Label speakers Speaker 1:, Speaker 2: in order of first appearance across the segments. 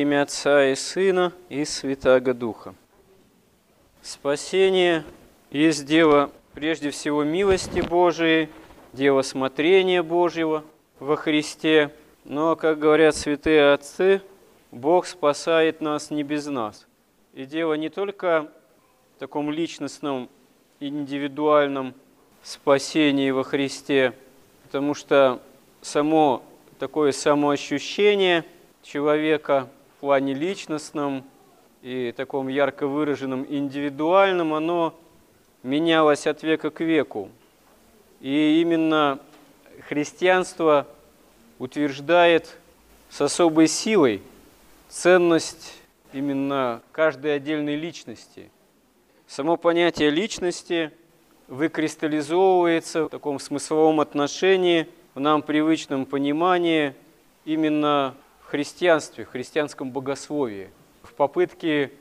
Speaker 1: имя Отца и Сына и Святаго Духа. Спасение есть дело прежде всего милости Божией, дело смотрения Божьего во Христе. Но, как говорят святые отцы, Бог спасает нас не без нас. И дело не только в таком личностном, индивидуальном спасении во Христе, потому что само такое самоощущение человека в плане личностном и таком ярко выраженном индивидуальном, оно менялось от века к веку. И именно христианство утверждает с особой силой ценность именно каждой отдельной личности. Само понятие личности выкристаллизовывается в таком смысловом отношении, в нам привычном понимании именно в христианстве, в христианском богословии, в попытке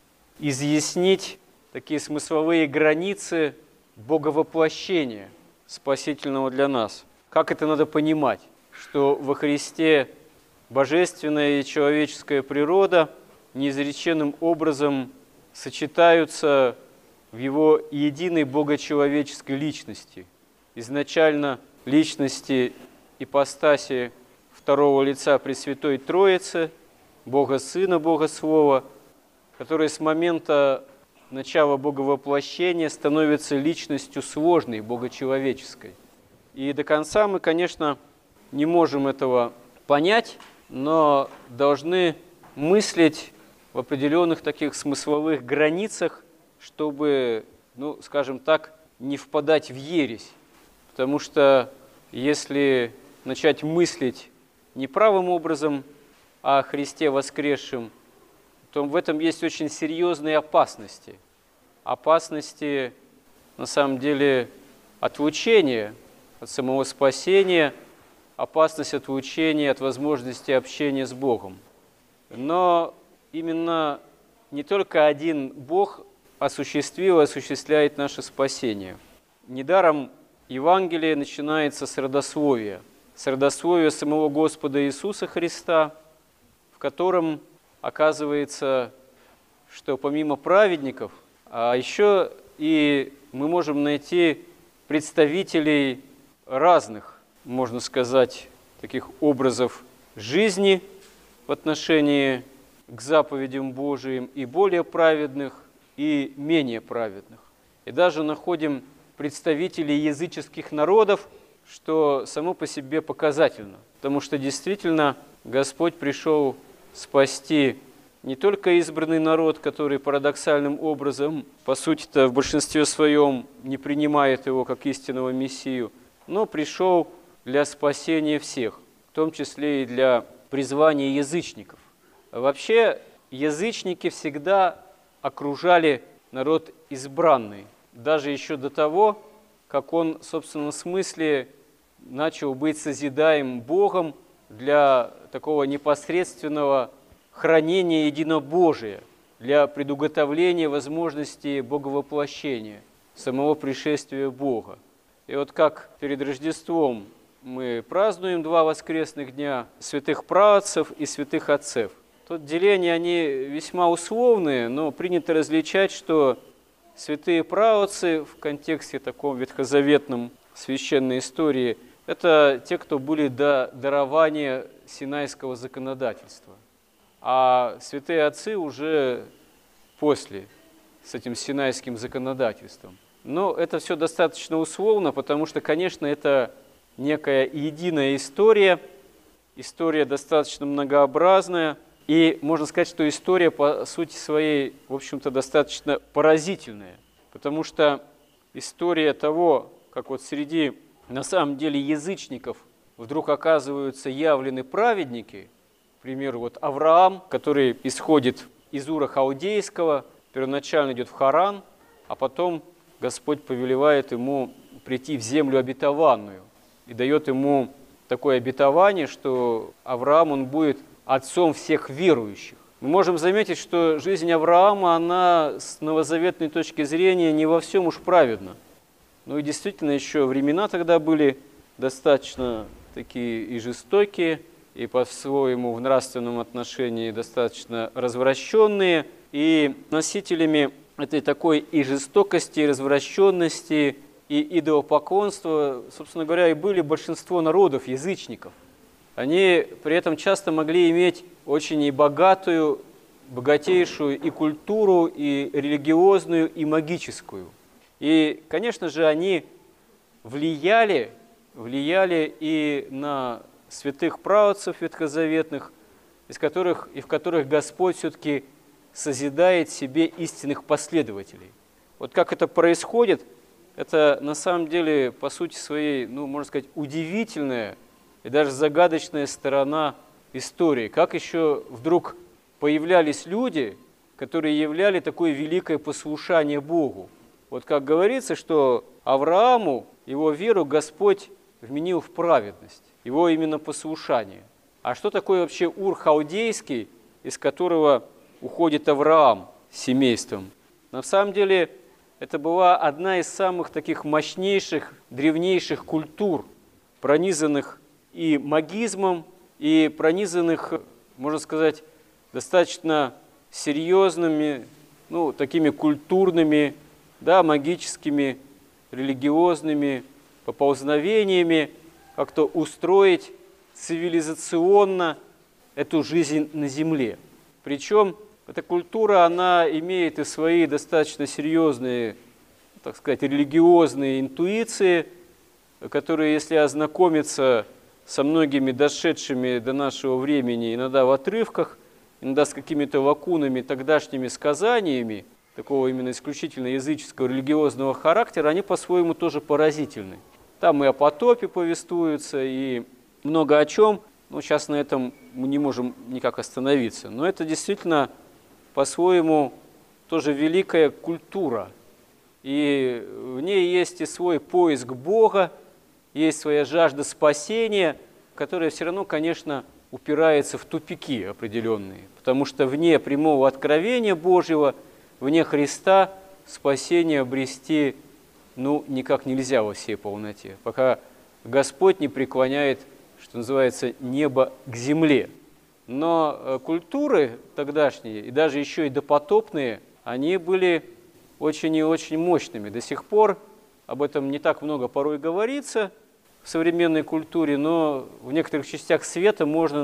Speaker 1: изъяснить такие смысловые границы боговоплощения спасительного для нас. Как это надо понимать? Что во Христе божественная и человеческая природа неизреченным образом сочетаются в его единой богочеловеческой личности. Изначально личности ипостаси второго лица Пресвятой Троицы, Бога Сына, Бога Слова, который с момента начала боговоплощения становится личностью сложной, богочеловеческой. И до конца мы, конечно, не можем этого понять, но должны мыслить в определенных таких смысловых границах, чтобы, скажем так, не впадать в ересь. Потому что если начать мыслить неправым образом о Христе воскресшем, то в этом есть очень серьезные опасности. Опасности, на самом деле, отлучения от самого спасения, опасность отлучения от возможности общения с Богом. Но именно не только один Бог осуществил и осуществляет наше спасение. Недаром Евангелие начинается с родословия самого Господа Иисуса Христа, в котором оказывается, что помимо праведников, а еще и мы можем найти представителей разных, можно сказать, таких образов жизни в отношении к заповедям Божиим, и более праведных, и менее праведных. И даже находим представителей языческих народов, что само по себе показательно, потому что действительно Господь пришел спасти не только избранный народ, который парадоксальным образом, по сути-то в большинстве своем не принимает его как истинного Мессию, но пришел для спасения всех, в том числе и для призвания язычников. Вообще язычники всегда окружали народ избранный, даже еще до того, как он в собственном смысле начал быть созидаем Богом для такого непосредственного хранения единобожия, для предуготовления возможности боговоплощения, самого пришествия Бога. И вот как перед Рождеством мы празднуем два воскресных дня святых праотцев и святых отцев. Тут деления, они весьма условные, но принято различать, что святые праотцы в контексте таком ветхозаветном священной истории – это те, кто были до дарования Синайского законодательства. А святые отцы уже после, с этим Синайским законодательством. Но это все достаточно условно, потому что, конечно, это некая единая история достаточно многообразная, и можно сказать, что история по сути своей, в общем-то, достаточно поразительная, потому что история того, как вот среди, на самом деле, язычников вдруг оказываются явлены праведники, к примеру, вот Авраам, который исходит из Ура Халдейского, первоначально идет в Харан, а потом Господь повелевает ему прийти в землю обетованную и дает ему такое обетование, что Авраам, он будет отцом всех верующих. Мы можем заметить, что жизнь Авраама, она с новозаветной точки зрения не во всем уж праведна. Ну и действительно еще времена тогда были достаточно такие и жестокие, и по-своему в нравственном отношении достаточно развращенные, и носителями этой такой и жестокости, и развращенности, и идолопоклонства, собственно говоря, и были большинство народов, язычников. Они при этом часто могли иметь очень и богатую, богатейшую и культуру, и религиозную, и магическую. И, конечно же, они влияли и на святых праотцев ветхозаветных, в которых Господь все-таки созидает себе истинных последователей. Вот как это происходит, это на самом деле, по сути своей, можно сказать, удивительная и даже загадочная сторона истории. Как еще вдруг появлялись люди, которые являли такое великое послушание Богу. Вот как говорится, что Аврааму его веру Господь вменил в праведность, его именно послушание. А что такое вообще Ур халдейский, из которого уходит Авраам с семейством? На самом деле это была одна из самых таких мощнейших, древнейших культур, пронизанных и магизмом, и пронизанных, можно сказать, достаточно серьезными, такими культурными, магическими, религиозными поползновениями, как-то устроить цивилизационно эту жизнь на земле. Причем эта культура, она имеет и свои достаточно серьезные, так сказать, религиозные интуиции, которые, если ознакомиться со многими дошедшими до нашего времени, иногда в отрывках, иногда с какими-то лакунами, тогдашними сказаниями, такого именно исключительно языческого религиозного характера, они по-своему тоже поразительны. Там и о потопе повествуются, и много о чем. Сейчас на этом мы не можем никак остановиться. Но это действительно по-своему тоже великая культура. И в ней есть и свой поиск Бога, есть своя жажда спасения, которая все равно, конечно, упирается в тупики определенные. Потому что вне прямого откровения Божьего, вне Христа спасение обрести никак нельзя во всей полноте, пока Господь не преклоняет, что называется, небо к земле. Но культуры тогдашние, и даже еще и допотопные, они были очень и очень мощными. До сих пор об этом не так много порой говорится в современной культуре, но в некоторых частях света можно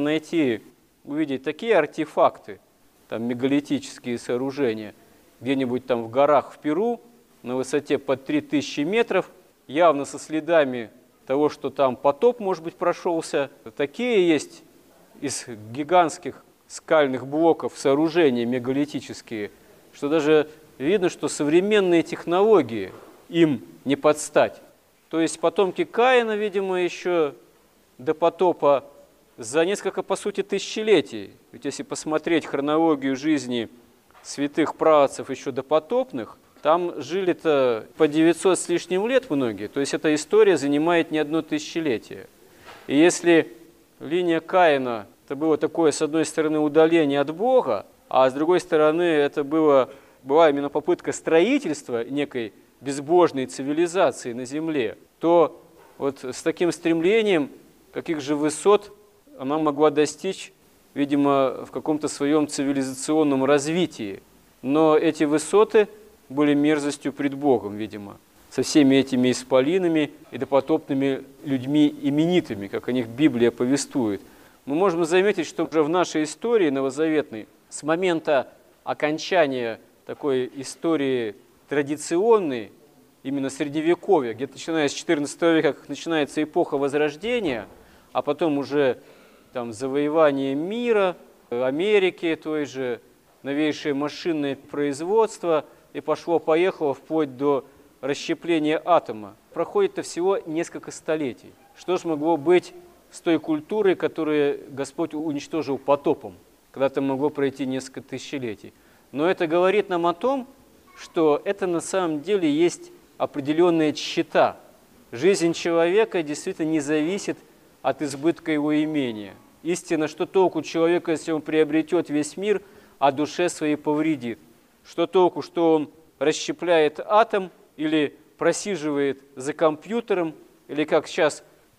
Speaker 1: увидеть такие артефакты, там мегалитические сооружения, где-нибудь там в горах в Перу, на высоте под 3000 метров, явно со следами того, что там потоп, может быть, прошелся. Такие есть из гигантских скальных блоков сооружения мегалитические, что даже видно, что современные технологии им не подстать. То есть потомки Каина, видимо, еще до потопа за несколько, по сути, тысячелетий. Ведь если посмотреть хронологию жизни святых праотцев еще допотопных, там жили-то по 900 с лишним лет многие, то есть эта история занимает не одно тысячелетие. И если линия Каина – это было такое, с одной стороны, удаление от Бога, а с другой стороны, это была именно попытка строительства некой безбожной цивилизации на земле, то вот с таким стремлением, каких же высот она могла достичь, видимо, в каком-то своем цивилизационном развитии. Но эти высоты были мерзостью пред Богом, видимо, со всеми этими исполинами и допотопными людьми именитыми, как о них Библия повествует. Мы можем заметить, что уже в нашей истории новозаветной, с момента окончания такой истории традиционной, именно Средневековья, где-то начиная с XIV века, как начинается эпоха Возрождения, а потом уже там завоевание мира, Америки той же, новейшее машинное производство, и пошло-поехало вплоть до расщепления атома. Проходит-то всего несколько столетий. Что же могло быть с той культурой, которую Господь уничтожил потопом? Когда-то могло пройти несколько тысячелетий. Но это говорит нам о том, что это на самом деле есть определенная тщета. Жизнь человека действительно не зависит от избытка его имения. Истинно, что толку человека, если он приобретет весь мир, а душе своей повредит? Что толку, что он расщепляет атом или просиживает за компьютером, или как сейчас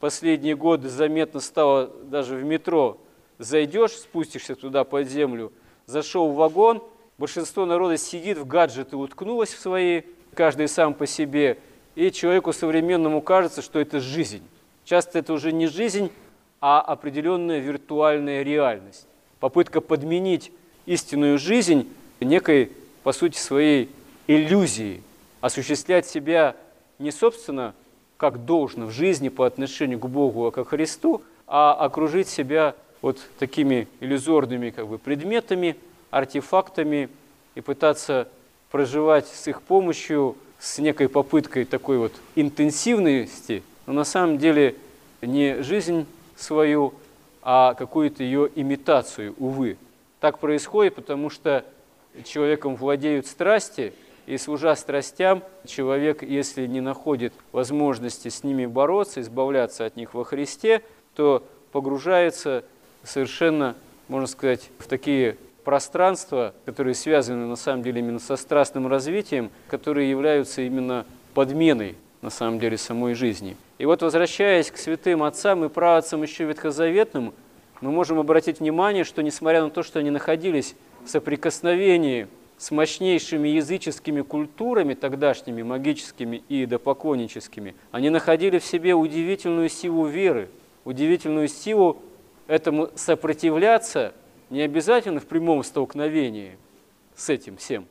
Speaker 1: последние годы заметно стало даже в метро. Зайдешь, спустишься туда под землю, зашел в вагон, большинство народа сидит, в гаджеты уткнулось в свои, каждый сам по себе, и человеку современному кажется, что это жизнь. Часто это уже не жизнь, а определенная виртуальная реальность. Попытка подменить истинную жизнь некой, по сути, своей иллюзией, осуществлять себя не собственно, как должно в жизни по отношению к Богу, а к Христу, а окружить себя вот такими иллюзорными предметами, артефактами и пытаться проживать с их помощью, с некой попыткой такой вот интенсивности, но на самом деле не жизнь свою, а какую-то ее имитацию, увы. Так происходит, потому что человеком владеют страсти, и служа страстям, человек, если не находит возможности с ними бороться, избавляться от них во Христе, то погружается совершенно, можно сказать, в такие пространства, которые связаны на самом деле именно со страстным развитием, которые являются именно подменой на самом деле самой жизни. И вот, возвращаясь к святым отцам и праотцам еще ветхозаветным, мы можем обратить внимание, что несмотря на то, что они находились в соприкосновении с мощнейшими языческими культурами, тогдашними магическими и идолопоклонническими, они находили в себе удивительную силу веры, удивительную силу этому сопротивляться, не обязательно в прямом столкновении с этим всем,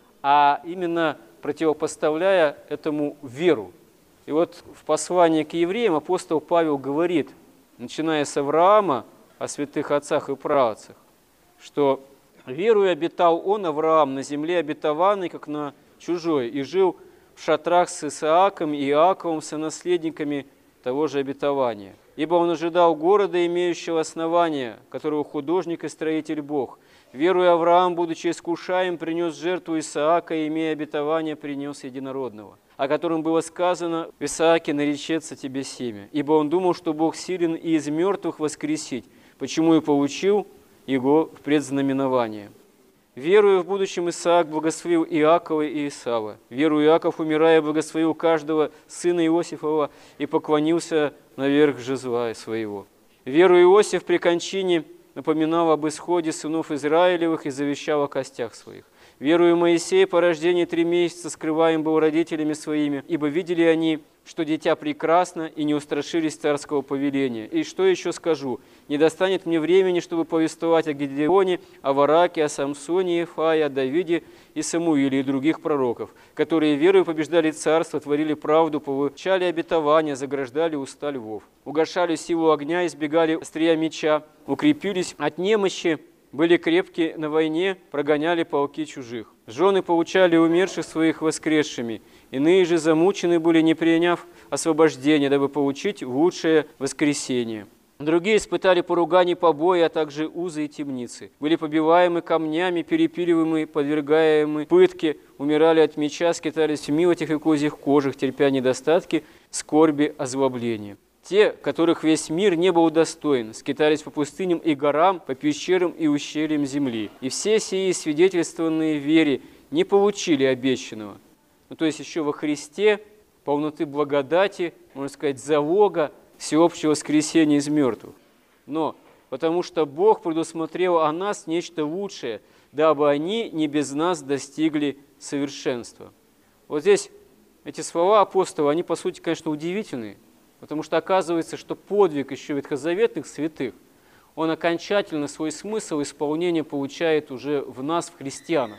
Speaker 1: а именно противопоставляя этому веру. И вот в послании к евреям апостол Павел говорит, начиная с Авраама, о святых отцах и праотцах, что «Верою обитал он, Авраам, на земле обетованной, как на чужой, и жил в шатрах с Исааком и Иаковом, сонаследниками того же обетования. Ибо он ожидал города, имеющего основания, которого художник и строитель Бог. Веруя Авраам, будучи искушаем, принес жертву Исаака, и, имея обетование, принес единородного, о котором было сказано: в Исааке наречется тебе семя. Ибо он думал, что Бог силен и из мертвых воскресить, почему и получил его в предзнаменование. Веруя в будущем Исаак благословил Иакова и Исава. Веруя Иаков, умирая, благословил каждого сына Иосифова и поклонился наверх жезла своего. Веруя Иосиф при кончине напоминал об исходе сынов Израилевых и завещал о костях своих. Веруя Моисей, по рождении 3 месяца скрываем был родителями своими, ибо видели они, что дитя прекрасно, и не устрашились царского повеления. И что еще скажу? Не достанет мне времени, чтобы повествовать о Гедеоне, о Вараке, о Самсоне, Ефае, о Давиде и Самуиле и других пророков, которые верою побеждали царство, творили правду, получали обетования, заграждали уста львов, угошали силу огня, избегали острия меча, укрепились от немощи, были крепки на войне, прогоняли полки чужих. Жены получали умерших своих воскресшими, иные же замучены были, не приняв освобождение, дабы получить лучшее воскресение. Другие испытали поругание, побои, а также узы и темницы. Были побиваемы камнями, перепиливаемы, подвергаемы пытке, умирали от меча, скитались в милотях и козьих кожах, терпя недостатки, скорби, озлобления. Те, которых весь мир не был достоин, скитались по пустыням и горам, по пещерам и ущельям земли. И все сии, свидетельствованные в вере, не получили обещанного. То есть еще во Христе полноты благодати, можно сказать, залога всеобщего воскресения из мертвых. Но потому что Бог предусмотрел о нас нечто лучшее, дабы они не без нас достигли совершенства. Вот здесь эти слова апостола, они по сути, конечно, удивительные. Потому что оказывается, что подвиг еще ветхозаветных святых, он окончательно свой смысл исполнения получает уже в нас, в христианах.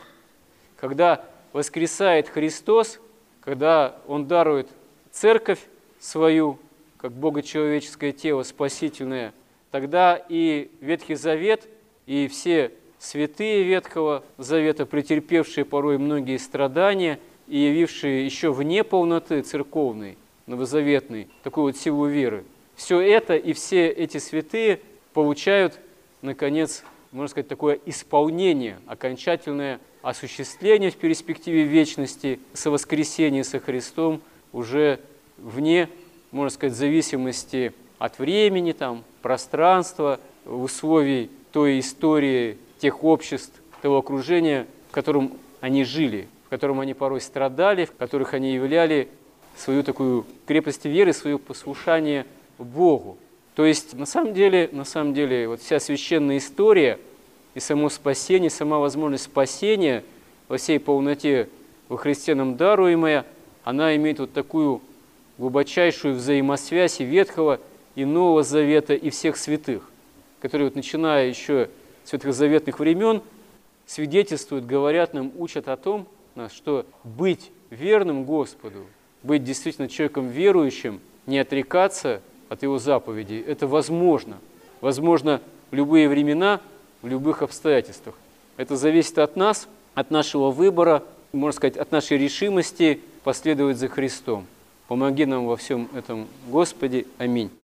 Speaker 1: Когда воскресает Христос, когда Он дарует церковь свою, как богочеловеческое тело спасительное, тогда и Ветхий Завет, и все святые Ветхого Завета, претерпевшие порой многие страдания и явившие еще вне полноты церковной, новозаветный, такую вот силу веры. Все это и все эти святые получают, наконец, можно сказать, такое исполнение, окончательное осуществление в перспективе вечности, совоскресения со Христом уже вне, можно сказать, зависимости от времени, там, пространства, условий той истории, тех обществ, того окружения, в котором они жили, в котором они порой страдали, в которых они являли свою такую крепость веры, свое послушание Богу. То есть, на самом деле, вот вся священная история и само спасение, сама возможность спасения во всей полноте во Христе нам даруемая, она имеет вот такую глубочайшую взаимосвязь и Ветхого, и Нового Завета, и всех святых, которые, вот, начиная еще с ветхозаветных времен, свидетельствуют, говорят нам, учат о том, что быть верным Господу, быть действительно человеком верующим, не отрекаться от Его заповедей, это возможно. Возможно в любые времена, в любых обстоятельствах. Это зависит от нас, от нашего выбора, можно сказать, от нашей решимости последовать за Христом. Помоги нам во всем этом, Господи. Аминь.